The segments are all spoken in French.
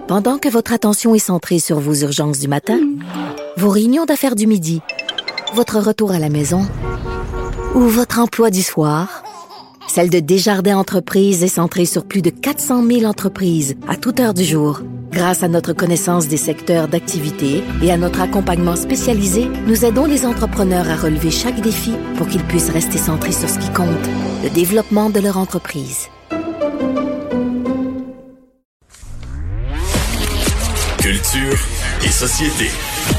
Pendant que votre attention est centrée sur vos urgences du matin, vos réunions d'affaires du midi, votre retour à la maison ou votre emploi du soir, celle de Desjardins Entreprises est centrée sur plus de 400 000 entreprises à toute heure du jour. Grâce à notre connaissance des secteurs d'activité et à notre accompagnement spécialisé, nous aidons les entrepreneurs à relever chaque défi pour qu'ils puissent rester centrés sur ce qui compte, le développement de leur entreprise. Culture et société.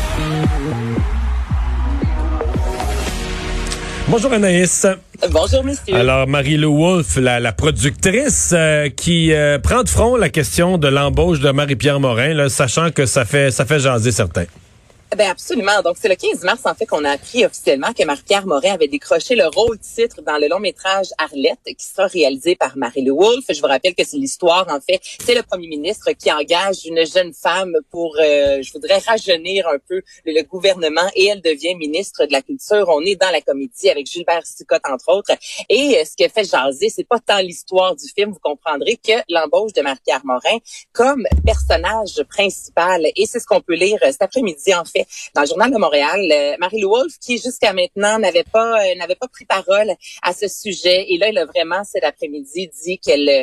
Bonjour Anaïs. Bonjour messieurs. Alors Marie-Lou Wolfe, la productrice qui prend de front la question de l'embauche de Marie-Pierre Morin, là, sachant que ça fait jaser certains. Ben absolument. Donc, c'est le 15 mars, en fait, qu'on a appris officiellement que Marie-Pierre Morin avait décroché le rôle-titre dans le long-métrage Arlette, qui sera réalisé par Marie-Lou Wolfe. Je vous rappelle que c'est l'histoire, en fait. C'est le premier ministre qui engage une jeune femme pour, je voudrais rajeunir un peu le gouvernement, et elle devient ministre de la Culture. On est dans la comédie avec Gilbert Sicotte, entre autres. Et ce qui a fait jaser, c'est pas tant l'histoire du film, vous comprendrez, que l'embauche de Marie-Pierre Morin comme personnage principal. Et c'est ce qu'on peut lire cet après-midi, en fait, dans le Journal de Montréal. Marie-Lou Wolfe, qui jusqu'à maintenant n'avait pas pris parole à ce sujet, et là, elle a vraiment cet après-midi dit qu'elle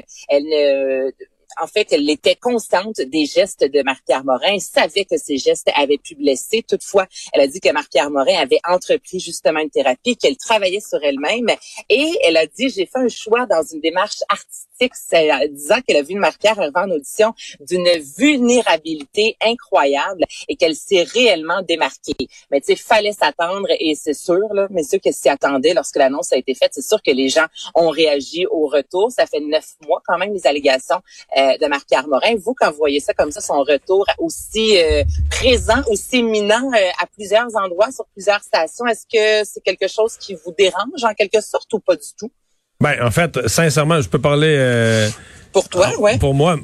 était consciente des gestes de Marie-Pierre Morin. Elle savait que ces gestes avaient pu blesser. Toutefois, elle a dit que Marie-Pierre Morin avait entrepris justement une thérapie, qu'elle travaillait sur elle-même. Et elle a dit, j'ai fait un choix dans une démarche artistique, disant qu'elle a vu Marie-Pierre arriver en audition d'une vulnérabilité incroyable et qu'elle s'est réellement démarquée. Mais tu sais, fallait s'attendre, et c'est sûr, là, messieurs, que s'y attendait lorsque l'annonce a été faite. C'est sûr que les gens ont réagi au retour. Ça fait 9 mois quand même, les allégations de Marie-Pierre Morin. Vous, quand vous voyez ça comme ça, son retour aussi présent, aussi imminent à plusieurs endroits, sur plusieurs stations, est-ce que c'est quelque chose qui vous dérange en quelque sorte ou pas du tout? Ben, en fait, sincèrement, je peux parler... Pour toi, ouais. Pour moi,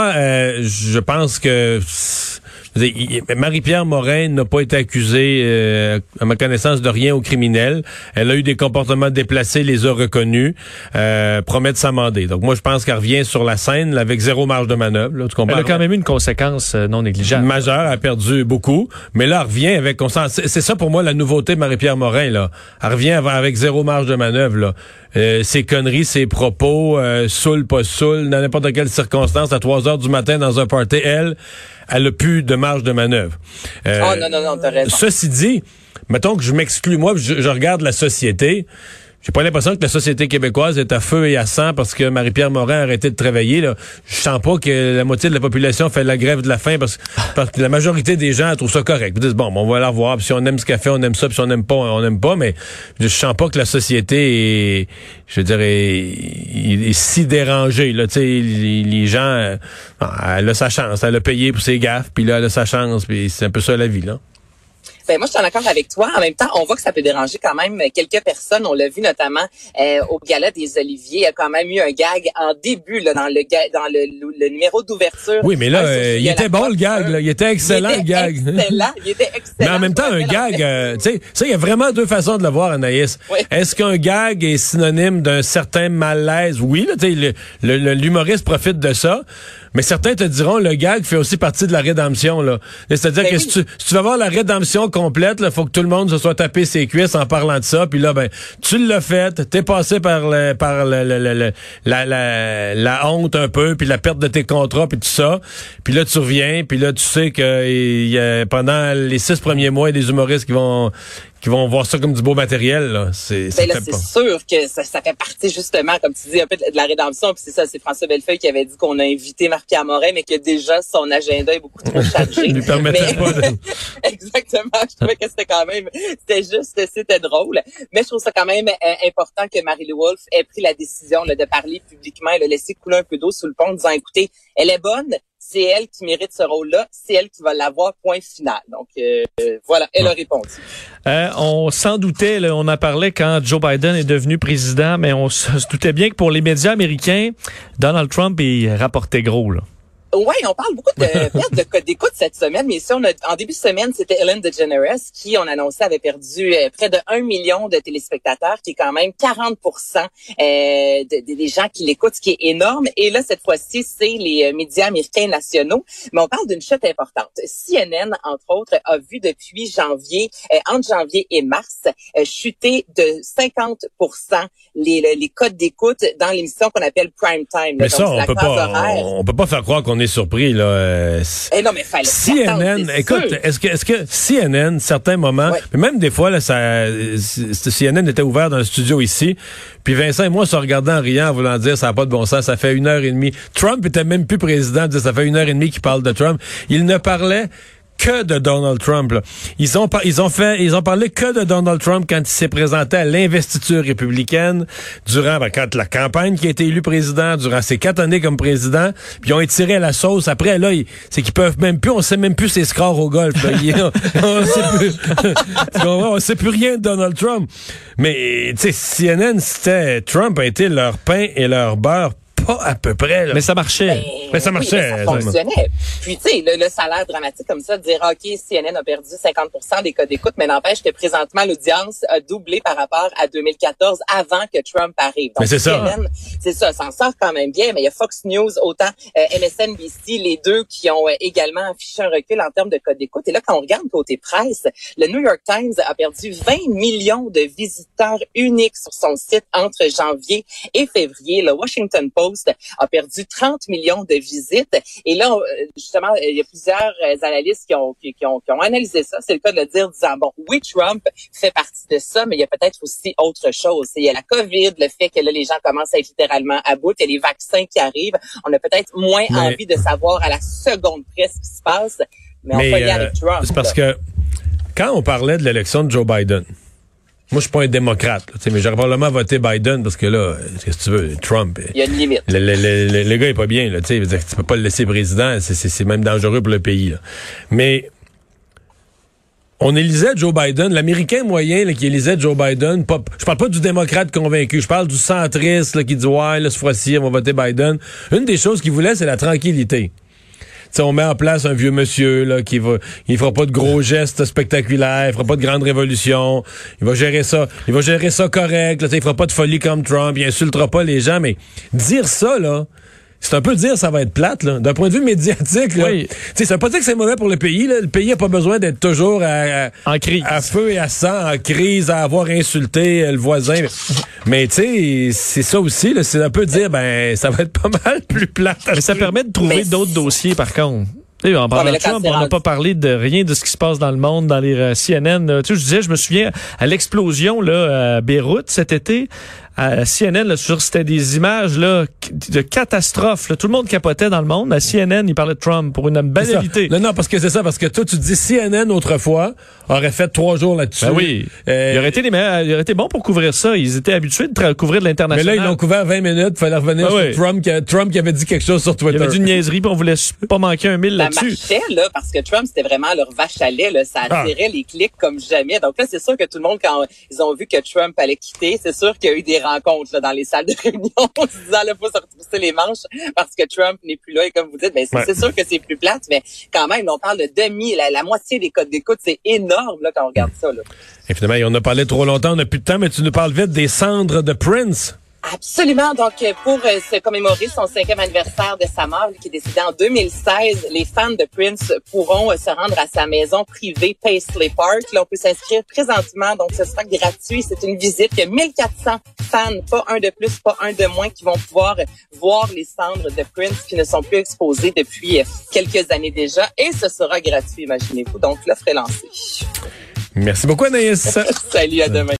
je pense que... Marie-Pierre Morin n'a pas été accusée, à ma connaissance, de rien au criminel. Elle a eu des comportements déplacés, les a reconnus, promet de s'amender. Donc moi, je pense qu'elle revient sur la scène là, avec zéro marge de manœuvre. Là, tu comprends? Elle a quand même eu une conséquence non négligeable. Majeure, elle a perdu beaucoup. Mais là, elle revient avec... C'est ça pour moi la nouveauté de Marie-Pierre Morin. Là. Elle revient avec zéro marge de manœuvre. Là. Ses conneries, ses propos, saoul, pas saoul, dans n'importe quelle circonstance, à 3 heures du matin dans un party, elle a plus de marge de manœuvre. Non, t'as raison. Ceci dit, mettons que je m'exclus, moi, je regarde la société. J'ai pas l'impression que la société québécoise est à feu et à sang parce que Marie-Pierre Morin a arrêté de travailler. Là. Je sens pas que la moitié de la population fait la grève de la faim parce que la majorité des gens trouvent ça correct. Ils disent, bon, on va la revoir. Puis si on aime ce qu'elle fait, on aime ça. Puis si on n'aime pas, on n'aime pas. Mais je sens pas que la société est, je dirais, est si dérangée. Là. Tu sais, les gens, elle a sa chance. Elle a payé pour ses gaffes. Puis là, elle a sa chance. Puis c'est un peu ça la vie, là. Ben moi, je suis en accord avec toi. En même temps, on voit que ça peut déranger quand même quelques personnes. On l'a vu notamment au Gala des Oliviers. Il y a quand même eu un gag en début là, dans le numéro d'ouverture. Oui, mais là, il était bon le gag. Là. Il était excellent le gag. Il était excellent. Mais en même temps, un gag, tu sais, ça, il y a vraiment deux façons de le voir, Anaïs. Oui. Est-ce qu'un gag est synonyme d'un certain malaise? Oui, là, tu sais, l'humoriste profite de ça. Mais certains te diront le gag fait aussi partie de la rédemption là. C'est-à-dire que si tu vas voir la rédemption complète, il faut que tout le monde se soit tapé ses cuisses en parlant de ça. Puis là, ben, tu l'as fait, t'es passé par la honte un peu, puis la perte de tes contrats, puis tout ça. Puis là, tu reviens, puis là, tu sais que pendant les 6 premiers mois, il y a des humoristes qui vont voir ça comme du beau matériel. Là. C'est sûr que ça fait partie, justement, comme tu dis, un peu de la rédemption. Puis c'est ça, c'est François Bellefeuille qui avait dit qu'on a invité Marie-Pierre Morin, mais que déjà, son agenda est beaucoup trop chargé. lui permettait pas de... Exactement. Je trouvais que c'était drôle. Mais je trouve ça quand même important que Marie-Lou Wolfe ait pris la décision là, de parler publiquement et de laisser couler un peu d'eau sous le pont en disant, écoutez, elle est bonne, c'est elle qui mérite ce rôle-là, c'est elle qui va l'avoir, point final. Donc, voilà, elle a répondu. On s'en doutait, là, on en parlait quand Joe Biden est devenu président, mais on se doutait bien que pour les médias américains, Donald Trump, il rapportait gros, là. Oui, on parle beaucoup de perte de code d'écoute cette semaine, mais ici, en début de semaine, c'était Ellen DeGeneres qui, on annonçait, avait perdu près de 1 million de téléspectateurs, qui est quand même 40% des gens qui l'écoutent, ce qui est énorme. Et là, cette fois-ci, c'est les médias américains nationaux, mais on parle d'une chute importante. CNN, entre autres, a vu depuis janvier, entre janvier et mars, chuter de 50% les codes d'écoute dans l'émission qu'on appelle Prime Time. Mais ça, on peut pas faire croire qu'on est surpris, là. Non, mais fallait CNN, écoute, est-ce que CNN, certains moments, mais même des fois, là, CNN était ouvert dans le studio ici, puis Vincent et moi, se regardant en riant, en voulant dire, ça n'a pas de bon sens, ça fait 1h30. Trump était même plus président, ça fait 1h30 qu'il parle de Trump. Il ne parlait que de Donald Trump, là. Ils ont parlé que de Donald Trump quand il s'est présenté à l'investiture républicaine durant, quand la campagne qui a été élu président, durant ses 4 années comme président, puis ils ont étiré à la sauce. Après, là, c'est qu'ils peuvent même plus, on sait même plus ses scores au golf, là. On sait plus rien de Donald Trump. Mais, tu sais, CNN, c'était, Trump a été leur pain et leur beurre. Pas à peu près, là. Mais ça marchait. Mais ça marchait. Oui, ça fonctionnait. Puis, tu sais, le salaire dramatique comme ça, de dire, OK, CNN a perdu 50% des codes d'écoute, mais n'empêche que présentement, l'audience a doublé par rapport à 2014, avant que Trump arrive. Donc, mais c'est CNN, ça s'en sort quand même bien, mais il y a Fox News, autant MSNBC, les deux qui ont également affiché un recul en termes de codes d'écoute. Et là, quand on regarde côté presse, le New York Times a perdu 20 millions de visiteurs uniques sur son site entre janvier et février. Le Washington Post a perdu 30 millions de visites. Et là, justement, il y a plusieurs analystes qui ont analysé ça. C'est le cas de le dire, disant, bon, oui, Trump fait partie de ça, mais il y a peut-être aussi autre chose. Il y a la COVID, le fait que là, les gens commencent à être littéralement à bout, il y a les vaccins qui arrivent. On a peut-être moins envie de savoir à la seconde près ce qui se passe, mais on peut y aller avec Trump. C'est parce que quand on parlait de l'élection de Joe Biden, moi, je suis pas un démocrate, là, mais j'aurais probablement voté Biden parce que là, qu'est-ce que tu veux, Trump. Il y a une limite. Le gars est pas bien, là, tu sais, tu peux pas le laisser président, c'est même dangereux pour le pays, là. Mais on élisait Joe Biden, l'Américain moyen là, qui élisait Joe Biden, je parle pas du démocrate convaincu, je parle du centriste là, qui dit ouais, là, ce fois-ci, on va voter Biden. Une des choses qu'il voulait, c'est la tranquillité. T'sais, on met en place un vieux monsieur là il fera pas de gros gestes spectaculaires, il fera pas de grandes révolutions, il va gérer ça correct, là, il fera pas de folie comme Trump, il insultera pas les gens, mais dire ça là, c'est un peu dire ça va être plate là, d'un point de vue médiatique là. Oui. Ça veut pas dire que c'est mauvais pour le pays là, le pays a pas besoin d'être toujours en crise, à feu et à sang, en crise, à avoir insulté le voisin. Mais tu sais, c'est ça aussi là, c'est un peu dire ça va être pas mal plus plate. Mais ça permet de trouver d'autres dossiers par contre. En parlant de Trump, on n'a pas parlé de rien de ce qui se passe dans le monde, dans les CNN. Tu sais, je me souviens à l'explosion là à Beyrouth cet été. À CNN, là, c'était des images là de catastrophes. Là. Tout le monde capotait dans le monde. À CNN, il parlait de Trump pour une banalité. Non, parce que c'est ça. Parce que toi, tu dis CNN autrefois aurait fait 3 jours là-dessus. Ben oui. Il aurait été bon pour couvrir ça. Ils étaient habitués de couvrir de l'international. Mais là, ils l'ont couvert 20 minutes. Il fallait revenir sur Trump qui avait dit quelque chose sur Twitter. Il y avait une niaiserie, puis on voulait pas manquer un mille là-dessus. Ça marchait, là, parce que Trump, c'était vraiment leur vache à lait. Là. Ça attirait les clics comme jamais. Donc là, c'est sûr que tout le monde, quand ils ont vu que Trump allait quitter, c'est sûr qu'il y a eu des rencontres là, dans les salles de réunion en se disant là, faut se retrousser les manches parce que Trump n'est plus là. Et comme vous dites, c'est sûr que c'est plus plate, mais quand même, on parle de la moitié des codes d'écoute. C'est énorme là quand on regarde ça. Là. Et finalement, on a parlé trop longtemps, on n'a plus de temps, mais tu nous parles vite des cendres de Prince. Absolument. Donc, pour se commémorer son 5e anniversaire de sa mort, qui est décédée en 2016, les fans de Prince pourront se rendre à sa maison privée Paisley Park. Là, on peut s'inscrire présentement, donc ce sera gratuit. C'est une visite. Il y a 1400 fans, pas un de plus, pas un de moins, qui vont pouvoir voir les cendres de Prince qui ne sont plus exposées depuis quelques années déjà. Et ce sera gratuit, imaginez-vous. Donc, l'offre est lancée. Merci beaucoup, Anaïs. Salut, à demain.